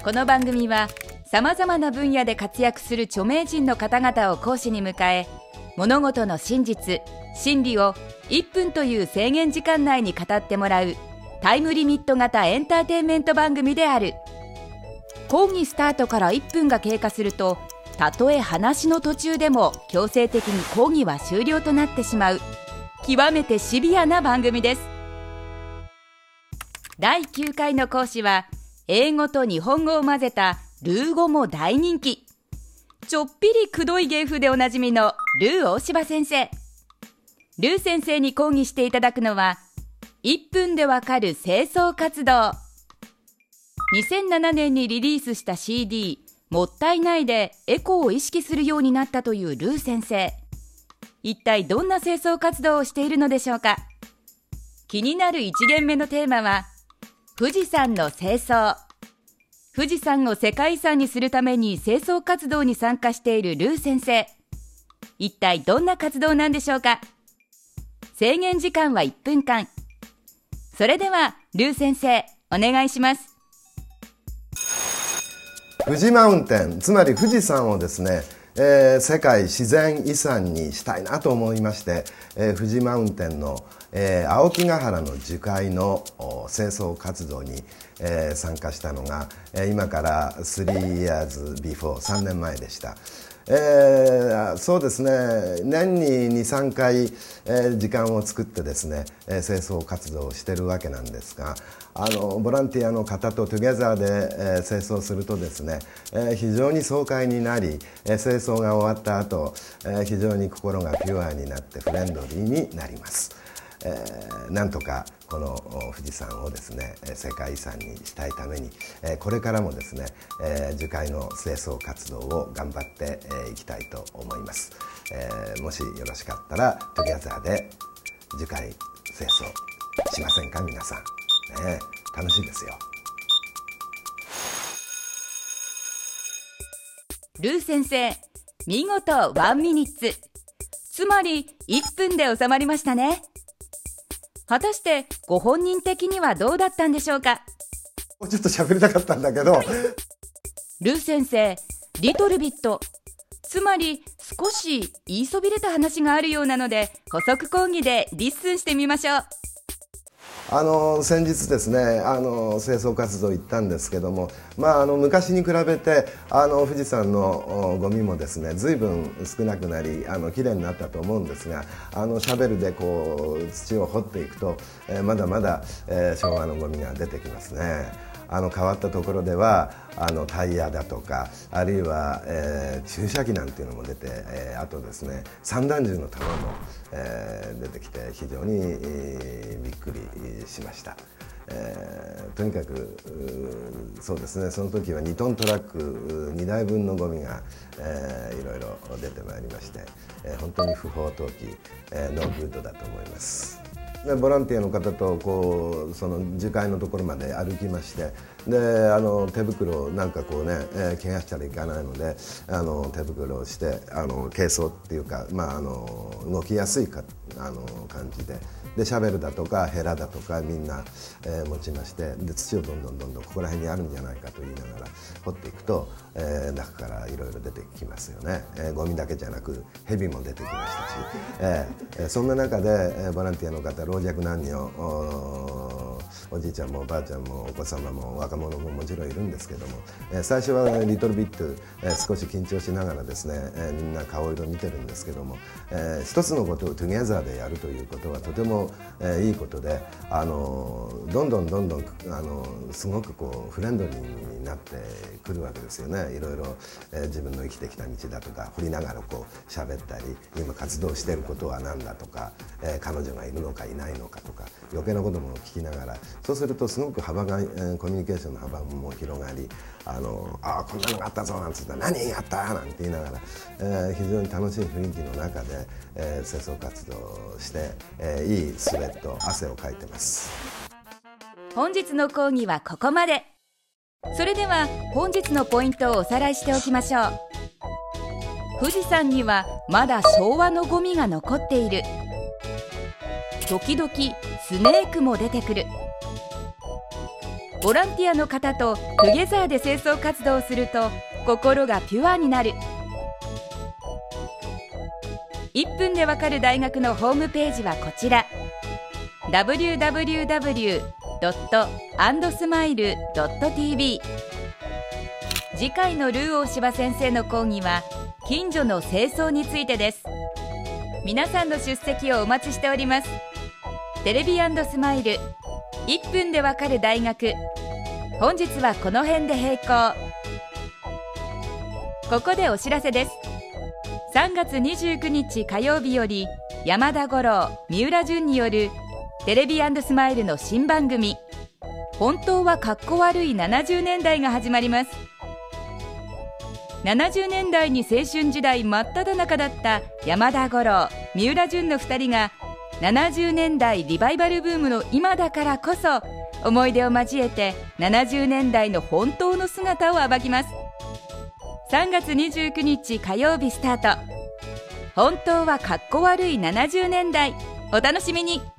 この番組はさまざまな分野で活躍する著名人の方々を講師に迎え、物事の真実、真理を1分という制限時間内に語ってもらうタイムリミット型エンターテインメント番組である。講義スタートから1分が経過すると、たとえ話の途中でも強制的に講義は終了となってしまう極めてシビアな番組です。第9回の講師は、英語と日本語を混ぜたルー語も大人気、ちょっぴりくどい芸風でおなじみのルー大柴先生。ルー先生に講義していただくのは、1分でわかる清掃活動。2007年にリリースした CD もったいないでエコを意識するようになったというルー先生。一体どんな清掃活動をしているのでしょうか。気になる1限目のテーマは、富士山の清掃。富士山を世界遺産にするために清掃活動に参加しているルー先生。一体どんな活動なんでしょうか。制限時間は1分間。それではルー先生、お願いします。 富士マウンテン、つまり富士山をですね、世界自然遺産にしたいなと思いまして、富士マウンテンの、青木ヶ原の樹海の清掃活動に、参加したのが、今から3 years before 3年前でした。そうですね、年に 2,3 回、時間を作ってですね、清掃活動をしているわけなんですが、ボランティアの方とトゥゲザーで、清掃するとですね、非常に爽快になり、清掃が終わった後、非常に心がピュアになってフレンドリーになります。なんとかこの富士山をですね、世界遺産にしたいために、これからもですね、樹海の清掃活動を頑張っていきたいと思います。もしよろしかったらトゥゲザーで樹海清掃しませんか皆さん、楽しいですよ。 ルー先生、見事1ミニッツ、つまり1分で収まりましたね。果たしてご本人的にはどうだったんでしょうか。 もうちょっと喋りたかったんだけど、 ルー先生、リトルビット、つまり少し言いそびれた話があるようなので、補足講義でリッスンしてみましょう。 先日ですね、清掃活動行ったんですけども、昔に比べて富士山のゴミもですね、随分少なくなりきれいになったと思うんですが、シャベルでこう土を掘っていくと、まだまだ、昭和のゴミが出てきますね。変わったところではタイヤだとか、あるいは、注射器なんていうのも出て、あとですね、散弾銃の弾も、出てきて非常に、びっくりしました。とにかくそうですね、その時は2トントラック2台分のゴミが、いろいろ出てまいりまして、本当に不法投棄、ノーグッドだと思います。でボランティアの方とこうその樹海のところまで歩きまして、で手袋なんかこうね、怪我したらいかないので手袋をして軽装っていうか、動きやすい感じでシャベルだとかヘラだとかみんな、持ちまして、で土をどんどんここら辺にあるんじゃないかと言いながら掘っていくと、中からいろいろ出てきますよね。ゴミだけじゃなくヘビも出てきましたし、そんな中で、ボランティアの方老若男女、おじいちゃんもおばあちゃんもお子様も若者ももちろんいるんですけども、最初はリトルビット、少し緊張しながらですね、みんな顔色見てるんですけども、一つのことをトゥゲザーでやるということはとても、いいことで、どんどんすごくこうフレンドリーになってくるわけですよね。いろいろ、自分の生きてきた道だとか掘りながらこう喋ったり、今活動していることは何だとか、彼女がいるのかいないのかとか余計なことも聞きながら、そうするとすごく幅が、コミュニケーションの幅も広がり、こんなのがあったぞなんつって何やったなんて言いながら、非常に楽しい雰囲気の中で、清掃活動をして、いいスウェット汗をかいてます。 本日の講義はここまで。それでは本日のポイントをおさらいしておきましょう。富士山にはまだ昭和のゴミが残っている。時々スネークも出てくる。 ボランティアの方とトゥゲザーで清掃活動をすると心がピュアになる。1分でわかる大学のホームページはこちら。 www.andsmile.tv。 次回のルー大柴先生の講義は近所の清掃についてです。皆さんの出席をお待ちしております。テレビ&スマイル1分でわかる大学、本日はこの辺で閉校。ここでお知らせです。3月29日火曜日より山田五郎、三浦淳によるテレビ&スマイルの新番組、本当はかっこ悪い70年代が始まります。70年代に青春時代真っ只中だった山田五郎、三浦淳の2人が70年代リバイバルブームの今だからこそ思い出を交えて70年代の本当の姿を暴きます。3月29日火曜日スタート。本当はかっこ悪い70年代、お楽しみに。